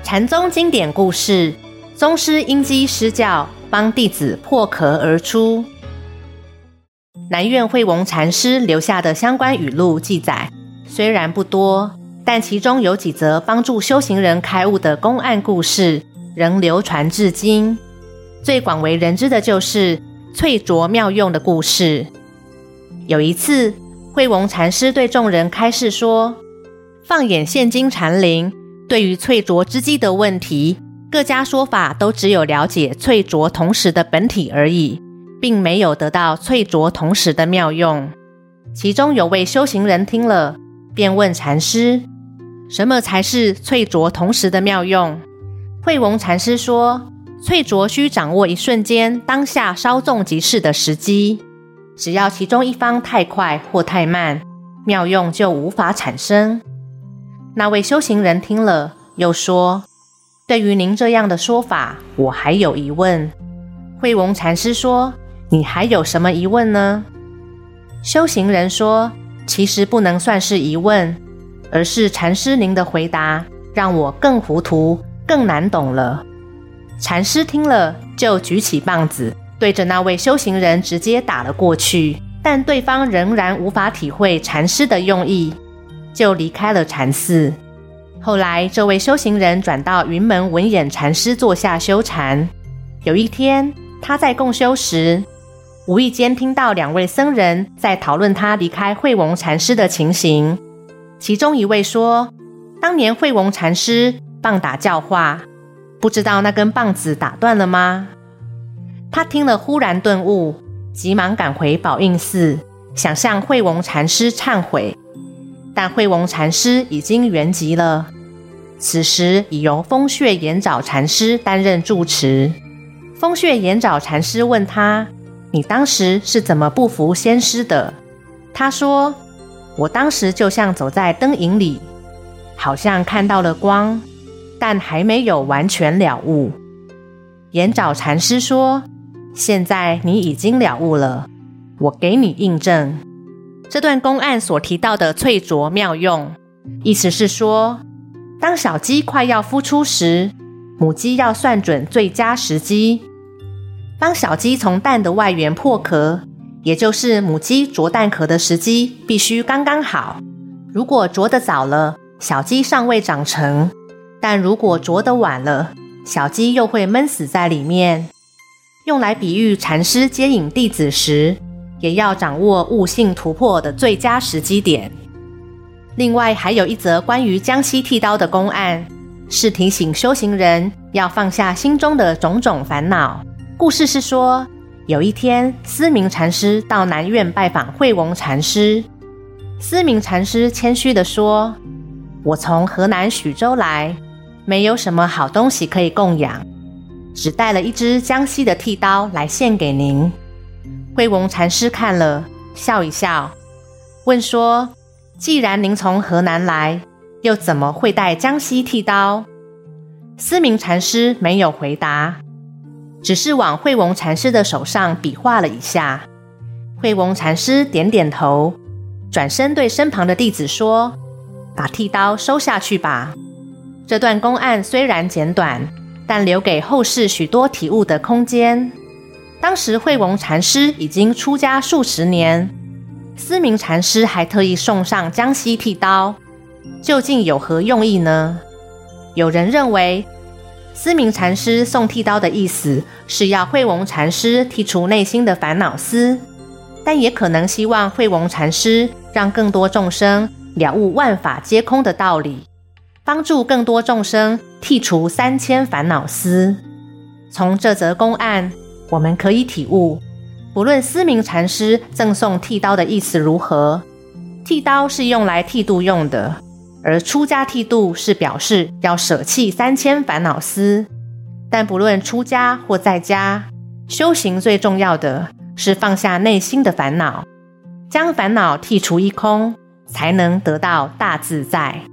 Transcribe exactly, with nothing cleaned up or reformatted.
禅宗经典故事，宗师因机施教，帮弟子破壳而出。南院慧龕禅师留下的相关语录记载虽然不多，但其中有几则帮助修行人开悟的公案故事仍流传至今。最广为人知的就是翠竹妙用的故事。有一次，慧龕禅师对众人开示说，放眼现今禅林，对于翠竹之机的问题，各家说法都只有了解翠竹同时的本体而已，并没有得到翠竹同时的妙用。其中有位修行人听了，便问禅师，什么才是翠竹同时的妙用？慧龕禅师说，翠竹需掌握一瞬间当下稍纵即逝的时机，只要其中一方太快或太慢，妙用就无法产生。那位修行人听了，又说，对于您这样的说法，我还有疑问。慧龕禅师说，你还有什么疑问呢？修行人说，其实不能算是疑问，而是禅师您的回答让我更糊涂，更难懂了。禅师听了，就举起棒子，对着那位修行人直接打了过去，但对方仍然无法体会禅师的用意，就离开了禅寺。后来这位修行人转到云门文偃禅师座下修禅。有一天，他在共修时，无意间听到两位僧人在讨论他离开慧龕禅师的情形。其中一位说，当年慧龕禅师棒打教化，不知道那根棒子打断了吗？他听了忽然顿悟，急忙赶回宝应寺，想向慧龕禅师忏悔。但慧龕禅师已经圆寂了，此时已由风穴延沼禅师担任住持。风穴延沼禅师问他，你当时是怎么不服先师的？他说，我当时就像走在灯影里，好像看到了光，但还没有完全了悟。延沼禅师说，现在你已经了悟了，我给你印证。这段公案所提到的翠竹妙用，意思是说，当小鸡快要孵出时，母鸡要算准最佳时机，帮小鸡从蛋的外缘破壳，也就是母鸡啄蛋壳的时机必须刚刚好。如果啄得早了，小鸡尚未长成，但如果啄得晚了，小鸡又会闷死在里面。用来比喻禅师接引弟子时，也要掌握悟性突破的最佳时机点。另外还有一则关于江西剃刀的公案，是提醒修行人要放下心中的种种烦恼。故事是说，有一天思明禅师到南院拜访慧龕禅师。思明禅师谦虚地说，我从河南徐州来，没有什么好东西可以供养，只带了一支江西的剃刀来献给您。慧龕禅师看了，笑一笑，问说，既然您从河南来，又怎么会带江西剃刀？思明禅师没有回答，只是往慧龕禅师的手上比划了一下。慧龕禅师点点头，转身对身旁的弟子说，把剃刀收下去吧。这段公案虽然简短，但留给后世许多体悟的空间。当时慧龕禅师已经出家数十年，思明禅师还特意送上江西剃刀，究竟有何用意呢？有人认为，思明禅师送剃刀的意思是要慧龕禅师剔除内心的烦恼丝，但也可能希望慧龕禅师让更多众生了悟万法皆空的道理，帮助更多众生剔除三千烦恼丝。从这则公案，我们可以体悟，不论思明禅师赠送剃刀的意思如何，剃刀是用来剃度用的，而出家剃度是表示要舍弃三千烦恼丝。但不论出家或在家，修行最重要的是放下内心的烦恼，将烦恼剔除一空，才能得到大自在。